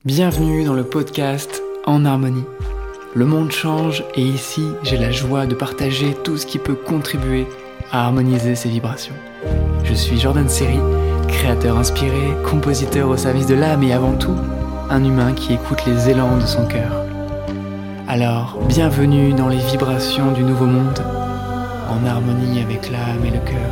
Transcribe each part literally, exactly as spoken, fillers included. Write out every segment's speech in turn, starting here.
Bienvenue dans le podcast En Harmonie. Le monde change et ici, j'ai la joie de partager tout ce qui peut contribuer à harmoniser ses vibrations. Je suis Jordan Serry, créateur inspiré, compositeur au service de l'âme et avant tout, un humain qui écoute les élans de son cœur. Alors, bienvenue dans les vibrations du nouveau monde, en harmonie avec l'âme et le cœur.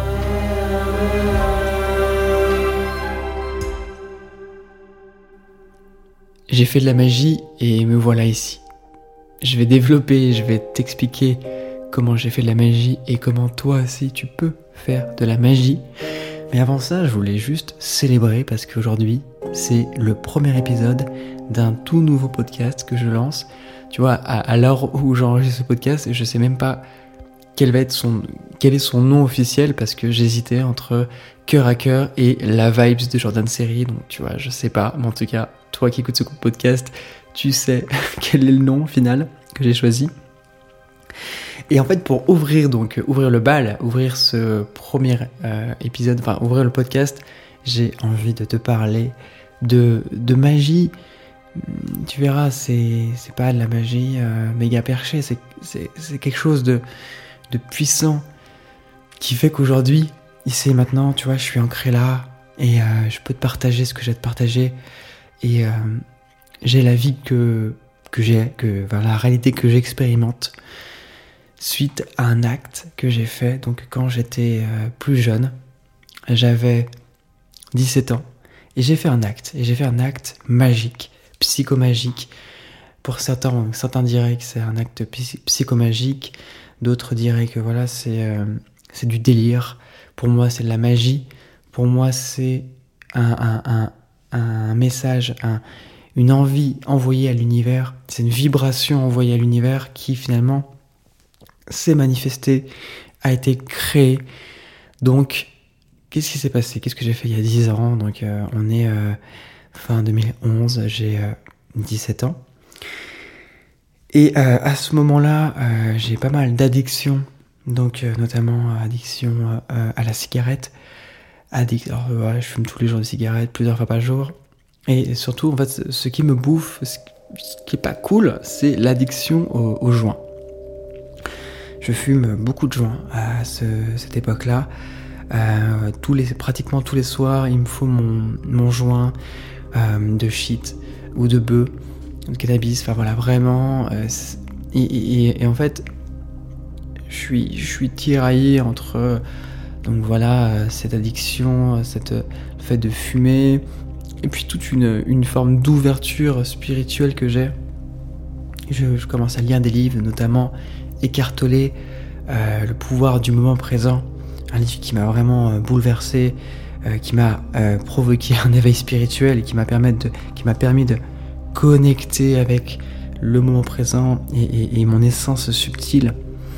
J'ai fait de la magie et me voilà ici. Je vais développer, je vais t'expliquer comment j'ai fait de la magie et comment toi aussi tu peux faire de la magie. Mais avant ça, je voulais juste célébrer parce qu'aujourd'hui, c'est le premier épisode d'un tout nouveau podcast que je lance. Tu vois, à, à l'heure où j'enregistre ce podcast, je sais même pas quel va être son, quel est son nom officiel parce que j'hésitais entre Cœur à Cœur et La Vibes de Jordan Serry. Donc tu vois, je sais pas, mais en tout cas, toi qui écoutes ce podcast, tu sais quel est le nom final que j'ai choisi. Et en fait, pour ouvrir donc ouvrir le bal, ouvrir ce premier euh, épisode, enfin ouvrir le podcast, j'ai envie de te parler de de magie. Tu verras, c'est c'est pas de la magie euh, méga perchée, c'est c'est c'est quelque chose de de puissant qui fait qu'aujourd'hui, ici et maintenant, tu vois, je suis ancré là et euh, je peux te partager ce que j'ai à te partager et euh, j'ai la vie que que j'ai, que enfin, la réalité que j'expérimente suite à un acte que j'ai fait. Donc quand j'étais euh, plus jeune, j'avais dix-sept ans et j'ai fait un acte et j'ai fait un acte magique, psychomagique. Pour certains, certains diraient que c'est un acte psy- psychomagique, d'autres diraient que voilà, c'est euh, c'est du délire. Pour moi, c'est de la magie. Pour moi, c'est un un un, un message, un une envie envoyée à l'univers, c'est une vibration envoyée à l'univers qui finalement s'est manifestée, a été créée. Donc, qu'est-ce qui s'est passé ? Qu'est-ce que j'ai fait il y a dix ans ? Donc, euh, on est euh, fin deux mille onze, j'ai euh, dix-sept ans. Et euh, à ce moment-là, euh, j'ai pas mal d'addictions, donc euh, notamment addiction euh, à la cigarette. Addic- Alors, euh, voilà, je fume tous les jours des cigarettes, plusieurs fois par jour. Et surtout, en fait, ce qui me bouffe, ce qui est pas cool, c'est l'addiction au, au joint. Je fume beaucoup de joints à ce, cette époque-là. Euh, tous les, pratiquement tous les soirs, il me faut mon, mon joint euh, de shit ou de bœuf, de cannabis. Enfin voilà, vraiment. Euh, et, et, et en fait, je suis, je suis tiraillé entre donc voilà cette addiction, cette, le fait de fumer. Et puis toute une, une forme d'ouverture spirituelle que j'ai. Je, je commence à lire des livres, notamment Eckhart Tolle, euh, Le pouvoir du moment présent, un livre qui m'a vraiment euh, bouleversé, euh, qui m'a euh, provoqué un éveil spirituel et qui m'a permis de, qui m'a permis de connecter avec le moment présent et, et, et mon essence subtile,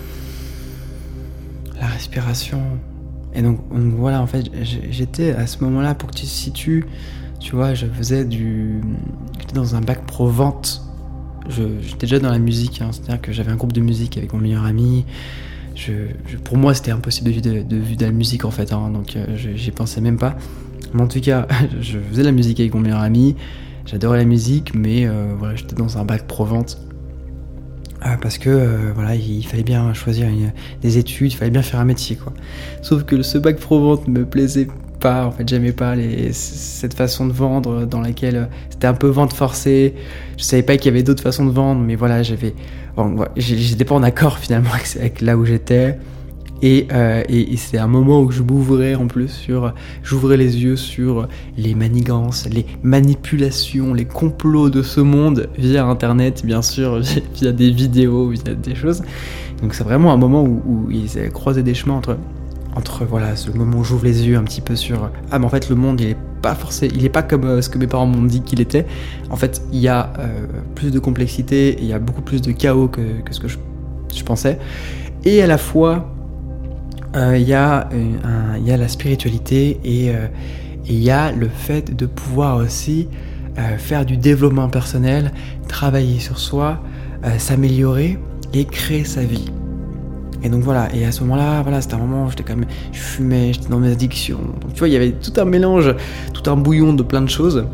la respiration. Et donc, donc voilà, en fait, j'étais à ce moment-là, pour que tu te situes, tu vois, je faisais du... J'étais dans un bac pro vente. Je, j'étais déjà dans la musique, hein, c'est-à-dire que j'avais un groupe de musique avec mon meilleur ami. Je, je, pour moi, c'était impossible de vivre de, de, de, de la musique, en fait, hein, donc euh, je, j'y pensais même pas. Mais en tout cas, je faisais de la musique avec mon meilleur ami. J'adorais la musique, mais euh, voilà, j'étais dans un bac pro vente. Euh, parce que euh, voilà, il, il fallait bien choisir une, des études, il fallait bien faire un métier, quoi. Sauf que ce bac pro vente me plaisait pas, en fait, j'aimais pas les, cette façon de vendre dans laquelle euh, c'était un peu vente forcée. Je savais pas qu'il y avait d'autres façons de vendre, mais voilà, j'avais, bon, voilà, j'étais pas en accord finalement avec, avec là où j'étais. Et, euh, et, et c'est un moment où je m'ouvrais en plus sur, j'ouvrais les yeux sur les manigances, les manipulations, les complots de ce monde via internet, bien sûr, via, via des vidéos, via des choses. Donc c'est vraiment un moment où, où ils avaient croisé des chemins entre, entre voilà, ce moment où j'ouvre les yeux un petit peu sur, ah mais en fait le monde il est pas forcément, il est pas comme euh, ce que mes parents m'ont dit qu'il était. En fait il y a euh, plus de complexité, et il y a beaucoup plus de chaos que, que ce que je, je pensais. Et à la fois il euh, y, euh, y a la spiritualité et il euh, y a le fait de pouvoir aussi euh, faire du développement personnel, travailler sur soi, euh, s'améliorer et créer sa vie. Et donc voilà, et à ce moment-là, voilà, c'était un moment où j'étais quand même, je fumais, j'étais dans mes addictions. Donc tu vois, il y avait tout un mélange, tout un bouillon de plein de choses.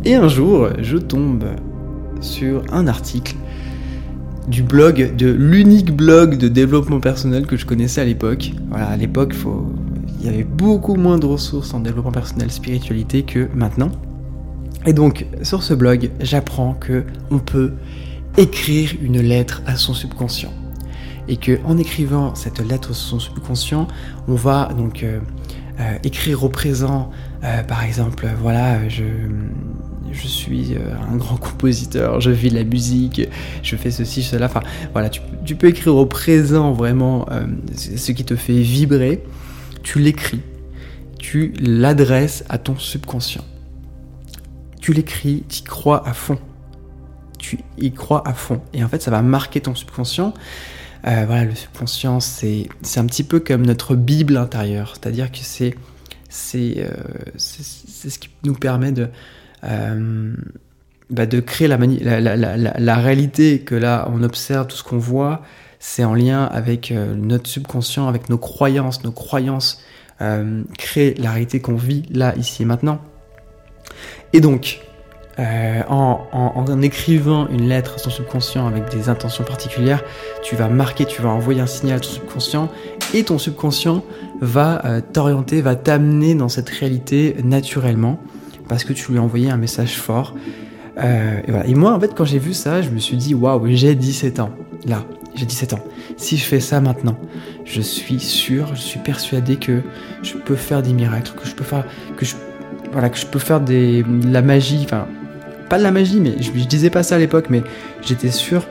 Et un jour, je tombe sur un article du blog, de l'unique blog de développement personnel que je connaissais à l'époque. Voilà, à l'époque, faut... il y avait beaucoup moins de ressources en développement personnel, spiritualité que maintenant. Et donc, sur ce blog, j'apprends que on peut écrire une lettre à son subconscient. Et que en écrivant cette lettre à son subconscient, on va donc euh, euh, écrire au présent, euh, par exemple, voilà, je... je suis un grand compositeur, je vis de la musique, je fais ceci, cela, enfin voilà, tu, tu peux écrire au présent vraiment euh, ce qui te fait vibrer, tu l'écris, tu l'adresses à ton subconscient. Tu l'écris, tu y crois à fond, tu y crois à fond, et en fait ça va marquer ton subconscient. Euh, voilà, le subconscient c'est, c'est un petit peu comme notre Bible intérieure, c'est-à-dire que c'est, c'est, euh, c'est, c'est ce qui nous permet de Euh, bah de créer la, mani- la, la, la, la réalité que là on observe, tout ce qu'on voit, c'est en lien avec euh, notre subconscient, avec nos croyances. Nos croyances euh, créent la réalité qu'on vit là, ici et maintenant. Et donc, euh, en, en, en écrivant une lettre à ton subconscient avec des intentions particulières, tu vas marquer, tu vas envoyer un signal à ton subconscient, et ton subconscient va euh, t'orienter, va t'amener dans cette réalité naturellement, parce que tu lui as envoyé un message fort. Euh, et, voilà. Et moi, en fait, quand j'ai vu ça, je me suis dit, waouh, j'ai dix-sept ans. Là, j'ai dix-sept ans. Si je fais ça maintenant, je suis sûr, je suis persuadé que je peux faire des miracles, que je peux faire, que je, voilà, que je peux faire des, de la magie. Enfin, pas de la magie, mais je, je disais pas ça à l'époque, mais j'étais sûr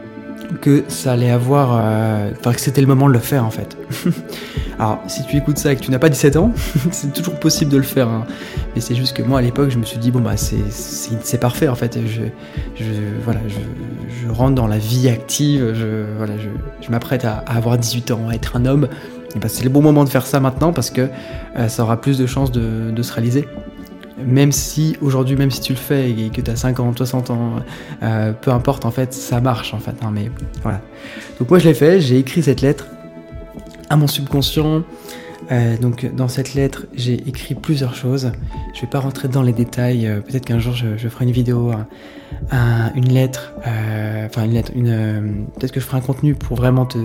que ça allait avoir, euh, enfin, que c'était le moment de le faire, en fait. Alors, si tu écoutes ça et que tu n'as pas dix-sept ans, c'est toujours possible de le faire, hein. Mais c'est juste que moi, à l'époque, je me suis dit, bon, bah, c'est, c'est, c'est parfait, en fait. Je, je, voilà, je, je rentre dans la vie active, je, voilà, je, je m'apprête à, à avoir dix-huit ans, à être un homme. Et bah, c'est le bon moment de faire ça maintenant, parce que euh, ça aura plus de chances de, de se réaliser. Même si, aujourd'hui, même si tu le fais et que tu as cinquante, soixante ans, euh, peu importe, en fait, ça marche, en fait, hein, mais voilà. Donc moi, je l'ai fait, j'ai écrit cette lettre à mon subconscient. Euh, donc dans cette lettre, j'ai écrit plusieurs choses. Je vais pas rentrer dans les détails. Euh, peut-être qu'un jour je, je ferai une vidéo, un, un, une lettre, euh, enfin une lettre, une. Euh, peut-être que je ferai un contenu pour vraiment te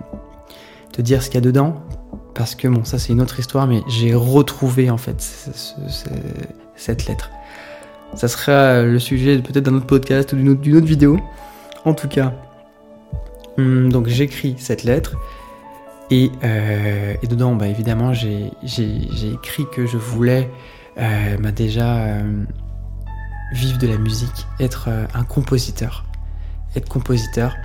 te dire ce qu'il y a dedans, parce que bon, ça c'est une autre histoire, mais j'ai retrouvé en fait ce, ce, ce, cette lettre. Ça sera le sujet peut-être d'un autre podcast ou d'une autre, d'une autre vidéo. En tout cas, hum, donc j'écris cette lettre. Et, euh, et dedans, bah, évidemment, j'ai, j'ai, j'ai écrit que je voulais euh, bah, déjà euh, vivre de la musique, être euh, un compositeur, être compositeur.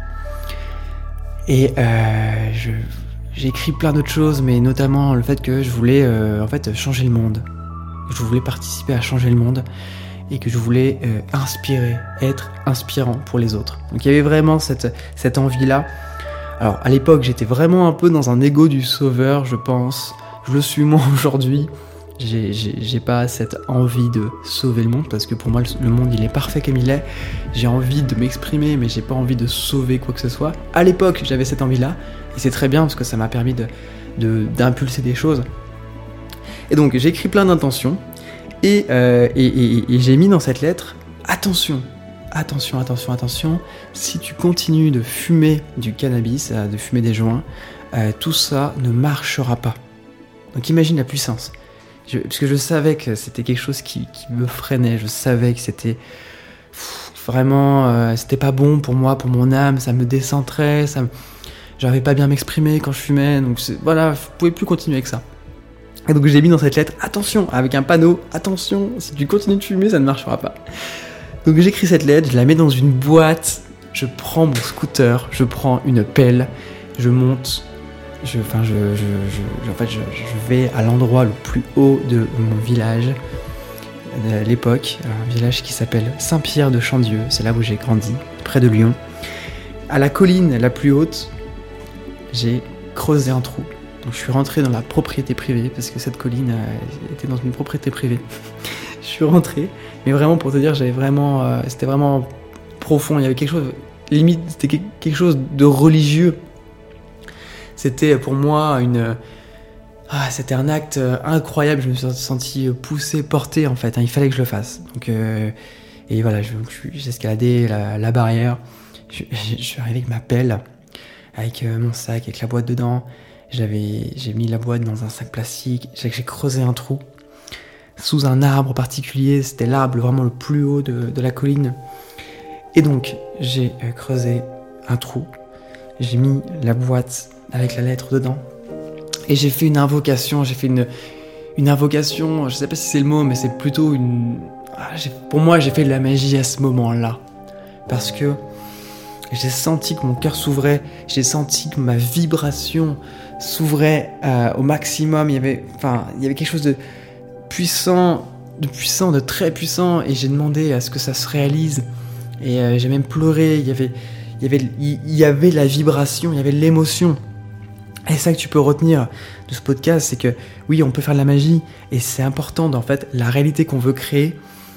Et euh, je, j'ai écrit plein d'autres choses, mais notamment le fait que je voulais euh, en fait changer le monde. Je voulais participer à changer le monde et que je voulais euh, inspirer, être inspirant pour les autres. Donc il y avait vraiment cette, cette envie-là. Alors, à l'époque, j'étais vraiment un peu dans un ego du sauveur, je pense. Je le suis moins aujourd'hui. J'ai, j'ai, j'ai pas cette envie de sauver le monde, parce que pour moi, le, le monde, il est parfait comme il est. J'ai envie de m'exprimer, mais j'ai pas envie de sauver quoi que ce soit. À l'époque, j'avais cette envie-là, et c'est très bien, parce que ça m'a permis de, de, d'impulser des choses. Et donc, j'ai écrit plein d'intentions, et, euh, et, et, et j'ai mis dans cette lettre, attention, Attention, attention, attention, si tu continues de fumer du cannabis, de fumer des joints, euh, tout ça ne marchera pas. Donc imagine la puissance. Je, parce que je savais que c'était quelque chose qui, qui me freinait, je savais que c'était pff, vraiment, euh, c'était pas bon pour moi, pour mon âme, ça me décentrait, ça me, j'arrivais pas bien à m'exprimer quand je fumais, donc c'est, voilà, je pouvais plus continuer avec ça. Et donc j'ai mis dans cette lettre, attention, avec un panneau, attention, si tu continues de fumer, ça ne marchera pas. Donc j'écris cette lettre, je la mets dans une boîte, je prends mon scooter, je prends une pelle, je monte, je, enfin je, je, je, en fait je, je vais à l'endroit le plus haut de mon village, de l'époque, un village qui s'appelle Saint-Pierre de Chandieu, c'est là où j'ai grandi, près de Lyon. À la colline la plus haute, j'ai creusé un trou. Donc je suis rentré dans la propriété privée, parce que cette colline euh, était dans une propriété privée. Je suis rentré, mais vraiment pour te dire, j'avais vraiment, euh, c'était vraiment profond. Il y avait quelque chose, limite, c'était quelque chose de religieux. C'était pour moi une, ah, c'était un acte euh, incroyable. Je me suis senti poussé, porté en fait. Hein, il fallait que je le fasse. Donc, euh, et voilà, je- je- j'ai escaladé la, la barrière. Je, je, je suis arrivé avec ma pelle, avec euh, mon sac, avec la boîte dedans. J'avais, j'ai mis la boîte dans un sac plastique. J'ai, j'ai creusé un trou sous un arbre particulier. C'était l'arbre vraiment le plus haut de, de la colline. Et donc, j'ai euh, creusé un trou. J'ai mis la boîte avec la lettre dedans. Et j'ai fait une invocation. J'ai fait une, une invocation. Je sais pas si c'est le mot, mais c'est plutôt une... Ah, j'ai, pour moi, j'ai fait de la magie à ce moment-là. Parce que j'ai senti que mon cœur s'ouvrait. J'ai senti que ma vibration s'ouvrait euh, au maximum. Il y avait, enfin, il y avait quelque chose de puissant, de puissant, de très puissant. Et j'ai demandé à ce que ça se réalise. Et euh, j'ai même pleuré. Il y avait, il y avait, il y avait la vibration, il y avait l'émotion. Et c'est ça que tu peux retenir de ce podcast, c'est que oui, on peut faire de la magie. Et c'est important, en fait, la réalité qu'on veut créer,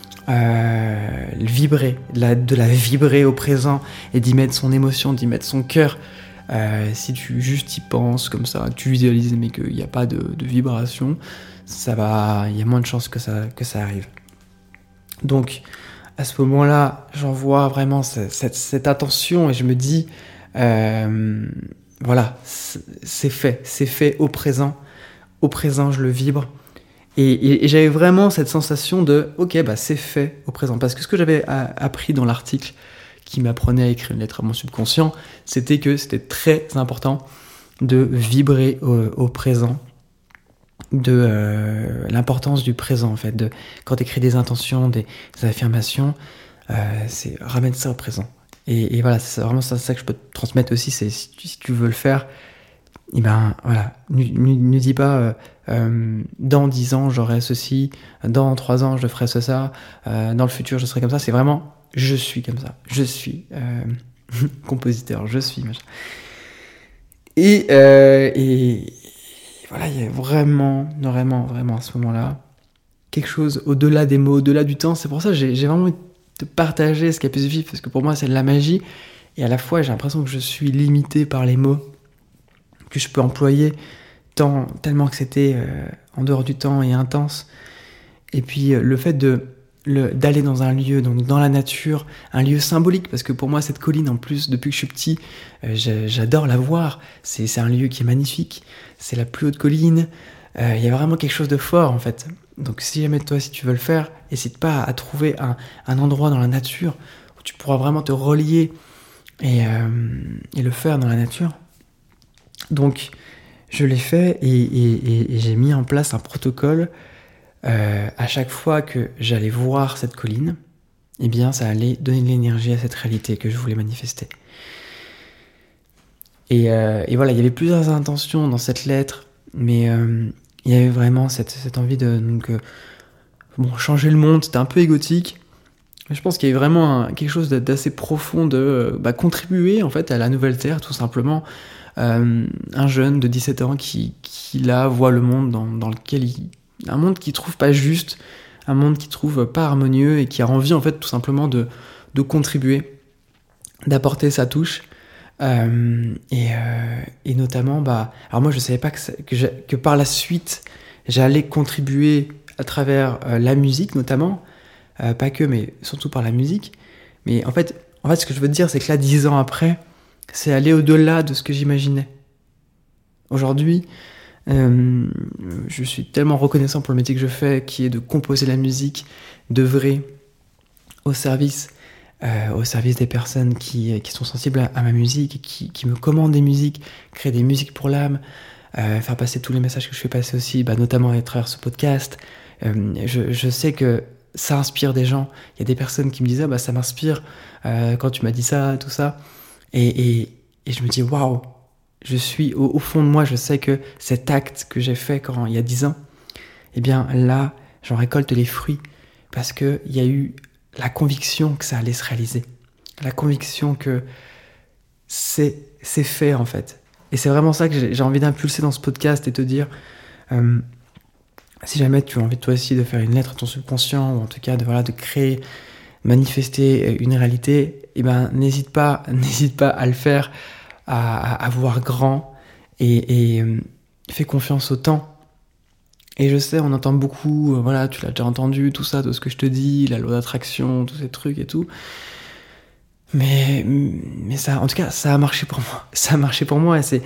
euh, vibrer, la, de la vibrer au présent et d'y mettre son émotion, d'y mettre son cœur. Euh, si tu juste y penses comme ça, tu visualises mais qu'il n'y a pas de, de vibration, ça va, il y a moins de chances que ça, que ça arrive. Donc, à ce moment-là, j'en vois vraiment cette, cette, cette attention et je me dis, euh, voilà, c'est fait, c'est fait au présent. Au présent, je le vibre. Et, et, et j'avais vraiment cette sensation de, ok, bah c'est fait au présent. Parce que ce que j'avais a, appris dans l'article qui m'apprenait à écrire une lettre à mon subconscient, c'était que c'était très important de vibrer au, au présent, de euh, l'importance du présent en fait. De, quand tu écris des intentions, des, des affirmations, euh, c'est ramène ça au présent. Et, et voilà, c'est vraiment ça, ça que je peux te transmettre aussi, c'est si tu, si tu veux le faire, et ben voilà, ne, ne, ne dis pas euh, euh, dans dix ans j'aurai ceci, dans trois ans je ferai ce ça, euh, dans le futur je serai comme ça. C'est vraiment je suis comme ça, je suis euh, compositeur, je suis machin. Et, euh, et, et voilà, il y a vraiment, vraiment, vraiment à ce moment-là quelque chose au-delà des mots, au-delà du temps. C'est pour ça que j'ai, j'ai vraiment envie de partager ce qu'a pu se vivre, parce que pour moi c'est de la magie et à la fois j'ai l'impression que je suis limité par les mots que je peux employer, tant, tellement que c'était euh, en dehors du temps et intense. Et puis euh, le fait de, le, d'aller dans un lieu, donc dans la nature, un lieu symbolique, parce que pour moi cette colline, en plus, depuis que je suis petit, euh, j'adore la voir. C'est, c'est un lieu qui est magnifique, c'est la plus haute colline, il euh, y a vraiment quelque chose de fort en fait. Donc si jamais toi, si tu veux le faire, n'hésite pas à trouver un, un endroit dans la nature où tu pourras vraiment te relier et, euh, et le faire dans la nature. Donc, je l'ai fait et, et, et, et j'ai mis en place un protocole. Euh, à chaque fois que j'allais voir cette colline, eh bien, ça allait donner de l'énergie à cette réalité que je voulais manifester. Et, euh, et voilà, il y avait plusieurs intentions dans cette lettre, mais euh, il y avait vraiment cette, cette envie de donc, euh, bon, changer le monde. C'était un peu égotique. Mais je pense qu'il y avait vraiment un, quelque chose d'assez profond de euh, bah, contribuer en fait à la nouvelle Terre, tout simplement. Euh, un jeune de dix-sept ans qui, qui là voit le monde dans, dans lequel il... un monde qu'il trouve pas juste, un monde qu'il trouve pas harmonieux et qui a envie en fait tout simplement de, de contribuer, d'apporter sa touche euh, et, euh, et notamment bah alors moi je savais pas que, ça, que, je, que par la suite j'allais contribuer à travers euh, la musique notamment, euh, pas que mais surtout par la musique. Mais en fait en fait ce que je veux te dire c'est que là dix ans après c'est aller au-delà de ce que j'imaginais. Aujourd'hui, euh, je suis tellement reconnaissant pour le métier que je fais, qui est de composer la musique, d'œuvrer au service, euh, au service des personnes qui, qui sont sensibles à, à ma musique, qui, qui me commandent des musiques, créer des musiques pour l'âme, euh, faire passer tous les messages que je fais passer aussi, bah, notamment à travers ce podcast. Euh, je, je sais que ça inspire des gens. Il y a des personnes qui me disent ah, bah, ça m'inspire euh, quand tu m'as dit ça, tout ça. Et, et, et je me dis, waouh, je suis, au, au fond de moi, je sais que cet acte que j'ai fait quand, il y a dix ans, eh bien là, j'en récolte les fruits parce qu'il y a eu la conviction que ça allait se réaliser. La conviction que c'est, c'est fait en fait. Et c'est vraiment ça que j'ai, j'ai envie d'impulser dans ce podcast et te dire, euh, si jamais tu as envie toi aussi de faire une lettre à ton subconscient ou en tout cas de, voilà, de créer, manifester une réalité, eh ben, n'hésite pas, n'hésite pas à le faire, à, à, à voir grand et, et euh, fais confiance au temps. Et je sais, on entend beaucoup, euh, voilà, tu l'as déjà entendu, tout ça, tout ce que je te dis, la loi d'attraction, tous ces trucs et tout. Mais, mais ça, en tout cas, ça a marché pour moi. Ça a marché pour moi et c'est,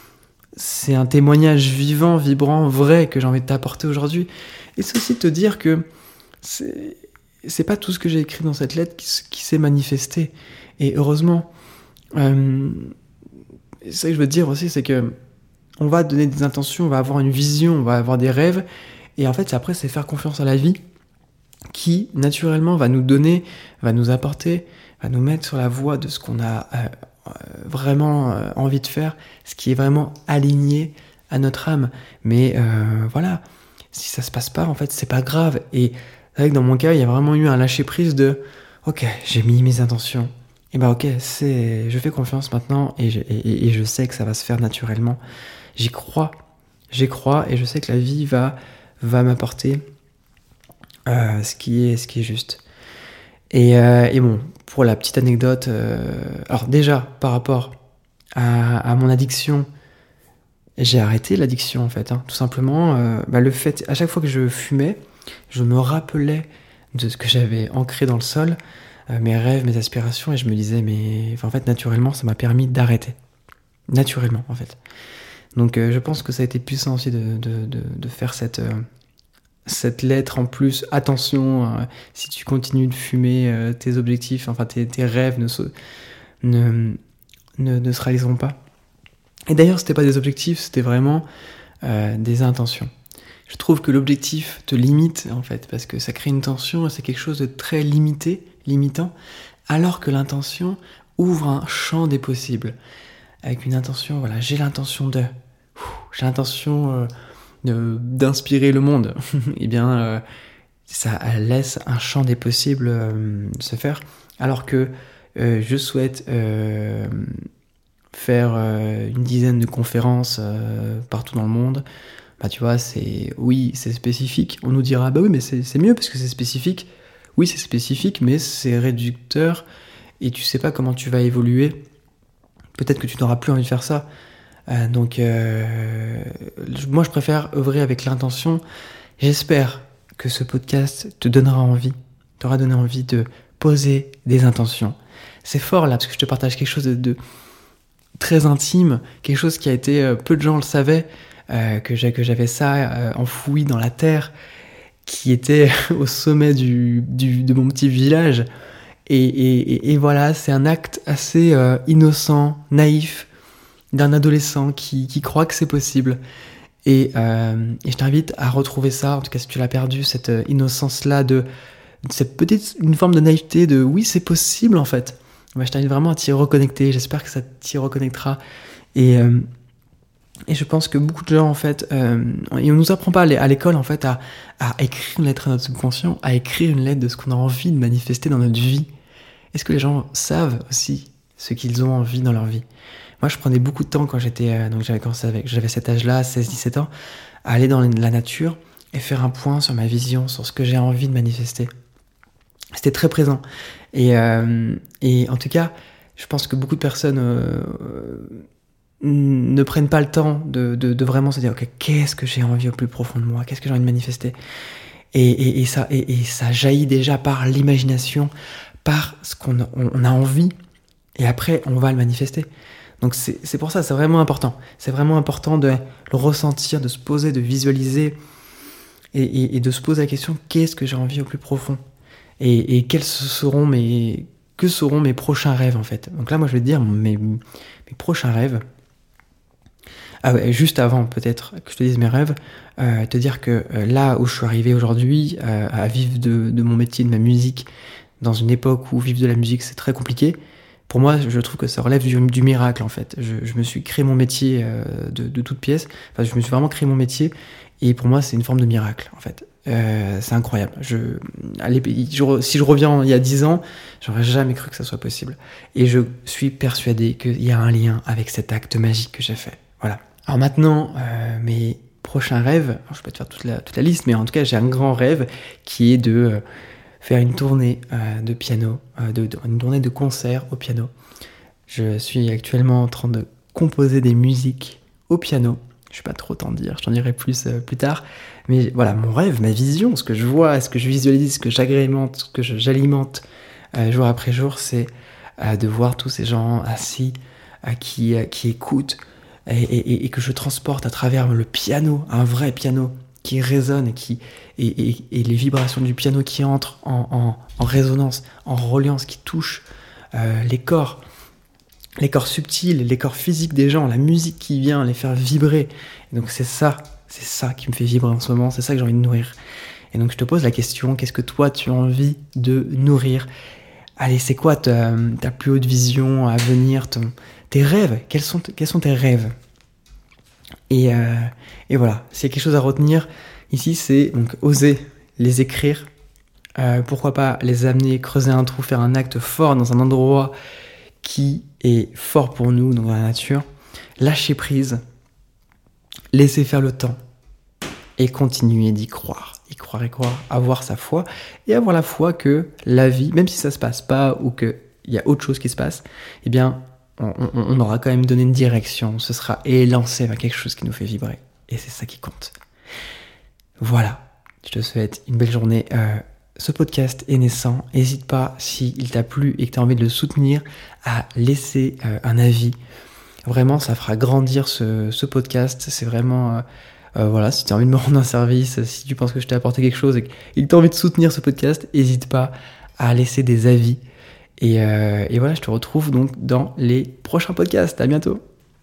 c'est un témoignage vivant, vibrant, vrai que j'ai envie de t'apporter aujourd'hui. Et c'est aussi de te dire que c'est, c'est pas tout ce que j'ai écrit dans cette lettre qui, qui s'est manifesté. Et heureusement, euh, c'est ça que je veux te dire aussi, c'est que on va donner des intentions, on va avoir une vision, on va avoir des rêves. Et en fait, après, c'est faire confiance à la vie qui, naturellement, va nous donner, va nous apporter, va nous mettre sur la voie de ce qu'on a euh, vraiment euh, envie de faire, ce qui est vraiment aligné à notre âme. Mais euh, voilà, si ça se passe pas, en fait, c'est pas grave. Et c'est vrai que dans mon cas, il y a vraiment eu un lâcher-prise de « Ok, j'ai mis mes intentions. Et bah ok, c'est, je fais confiance maintenant et je, et, et je sais que ça va se faire naturellement. J'y crois, j'y crois et je sais que la vie va, va m'apporter euh, ce qui est, ce qui est juste. » Et, euh, et bon, pour la petite anecdote, euh, alors déjà, par rapport à, à mon addiction, j'ai arrêté l'addiction en fait, hein, tout simplement. Euh, bah, le fait, à chaque fois que je fumais, je me rappelais de ce que j'avais ancré dans le sol, euh, mes rêves, mes aspirations, et je me disais, mais enfin, en fait, naturellement, ça m'a permis d'arrêter. Naturellement, en fait. Donc, euh, je pense que ça a été puissant aussi de, de, de, de faire cette... Euh, cette lettre en plus, attention, euh, si tu continues de fumer, euh, tes objectifs, enfin tes, tes rêves ne se, ne, ne, ne se réaliseront pas. Et d'ailleurs, c'était pas des objectifs, c'était vraiment euh, des intentions. Je trouve que l'objectif te limite en fait, parce que ça crée une tension et c'est quelque chose de très limité, limitant, alors que l'intention ouvre un champ des possibles. Avec une intention, voilà, j'ai l'intention de, j'ai l'intention... Euh, De, d'inspirer le monde, et eh bien euh, ça laisse un champ des possibles euh, se faire, alors que euh, je souhaite euh, faire euh, une dizaine de conférences euh, partout dans le monde, bah tu vois, c'est oui, c'est spécifique. On nous dira bah oui, mais c'est, c'est mieux parce que c'est spécifique. Oui, c'est spécifique, mais c'est réducteur et tu sais pas comment tu vas évoluer. Peut-être que tu n'auras plus envie de faire ça. Euh, donc, euh, moi, je préfère œuvrer avec l'intention. J'espère que ce podcast te donnera envie, t'aura donné envie de poser des intentions. C'est fort là, parce que je te partage quelque chose de, de très intime, quelque chose qui a été, euh, peu de gens le savaient, euh, que, j'ai, que j'avais ça euh, enfoui dans la terre, qui était au sommet du, du, de mon petit village. Et, et, et voilà, c'est un acte assez euh, innocent, naïf, d'un adolescent qui, qui croit que c'est possible. Et, euh, et je t'invite à retrouver ça, en tout cas si tu l'as perdu, cette innocence-là, de, de cette petite, une forme de naïveté, de oui, c'est possible en fait. Bah, je t'invite vraiment à t'y reconnecter, j'espère que ça t'y reconnectera. Et, euh, et je pense que beaucoup de gens en fait, euh, et on nous apprend pas à l'école en fait à, à écrire une lettre à notre subconscient, à écrire une lettre de ce qu'on a envie de manifester dans notre vie. Est-ce que les gens savent aussi ce qu'ils ont envie dans leur vie ? Moi, je prenais beaucoup de temps quand j'étais, euh, donc j'avais commencé avec, j'avais cet âge-là, seize dix-sept ans, à aller dans la nature et faire un point sur ma vision, sur ce que j'ai envie de manifester. C'était très présent. Et, euh, et en tout cas, je pense que beaucoup de personnes euh, ne prennent pas le temps de, de, de vraiment se dire, ok, qu'est-ce que j'ai envie au plus profond de moi, qu'est-ce que j'ai envie de manifester. Et, et, et, ça, et, et ça jaillit déjà par l'imagination, par ce qu'on a, on a envie, et après, on va le manifester. Donc c'est, c'est pour ça, c'est vraiment important. C'est vraiment important de le ressentir, de se poser, de visualiser et, et, et de se poser la question, qu'est-ce que j'ai envie au plus profond ? Et, et quels seront mes, que seront mes prochains rêves en fait ? Donc là, moi je vais te dire mes, mes prochains rêves. Ah ouais, juste avant peut-être que je te dise mes rêves, euh, te dire que euh, là où je suis arrivé aujourd'hui, euh, à vivre de, de mon métier, de ma musique, dans une époque où vivre de la musique c'est très compliqué, pour moi, je trouve que ça relève du, du miracle, en fait. Je, je me suis créé mon métier euh, de, de toute pièce. Enfin, je me suis vraiment créé mon métier. Et pour moi, c'est une forme de miracle, en fait. Euh, c'est incroyable. Je, allez, je, si je reviens il y a dix ans, j'aurais jamais cru que ça soit possible. Et je suis persuadé qu'il y a un lien avec cet acte magique que j'ai fait. Voilà. Alors maintenant, euh, mes prochains rêves, alors je vais pas te faire toute la, toute la liste, mais en tout cas, j'ai un grand rêve qui est de... Euh, faire une tournée euh, de piano, euh, de, de, une tournée de concert au piano. Je suis actuellement en train de composer des musiques au piano Je ne vais pas trop t'en dire, je t'en dirai plus euh, plus tard. Mais voilà, mon rêve, ma vision, ce que je vois, ce que je visualise, ce que j'agrémente, ce que je, j'alimente euh, jour après jour, c'est euh, de voir tous ces gens assis euh, qui, euh, qui écoutent et, et, et que je transporte à travers le piano, un vrai piano qui résonne et, qui, et, et, et les vibrations du piano qui entrent en, en, en résonance, en reliance, qui touchent euh, les corps, les corps subtils, les corps physiques des gens, la musique qui vient les faire vibrer. Et donc c'est ça, c'est ça qui me fait vibrer en ce moment, c'est ça que j'ai envie de nourrir. Et donc je te pose la question, qu'est-ce que toi tu as envie de nourrir ? Allez, c'est quoi ta, ta plus haute vision à venir, ton, tes rêves ? Quels sont, quels sont tes rêves ? Et, euh, et voilà, s'il y a quelque chose à retenir ici, c'est donc oser les écrire. Euh, pourquoi pas les amener, creuser un trou, faire un acte fort dans un endroit qui est fort pour nous, dans la nature. Lâcher prise, laisser faire le temps et continuer d'y croire. Y croire et croire, avoir sa foi et avoir la foi que la vie, même si ça se passe pas ou qu'il y a autre chose qui se passe, eh bien, on, on, on aura quand même donné une direction, on se sera élancé vers quelque chose qui nous fait vibrer. Et c'est ça qui compte. Voilà, je te souhaite une belle journée. Euh, ce podcast est naissant. N'hésite pas, s'il t'a plu et que tu as envie de le soutenir, à laisser euh, un avis. Vraiment, ça fera grandir ce, ce podcast. C'est vraiment... Euh, euh, voilà, si tu as envie de me rendre un service, si tu penses que je t'ai apporté quelque chose et que tu as envie de soutenir ce podcast, n'hésite pas à laisser des avis. Et, euh, et voilà, je te retrouve donc dans les prochains podcasts. À bientôt.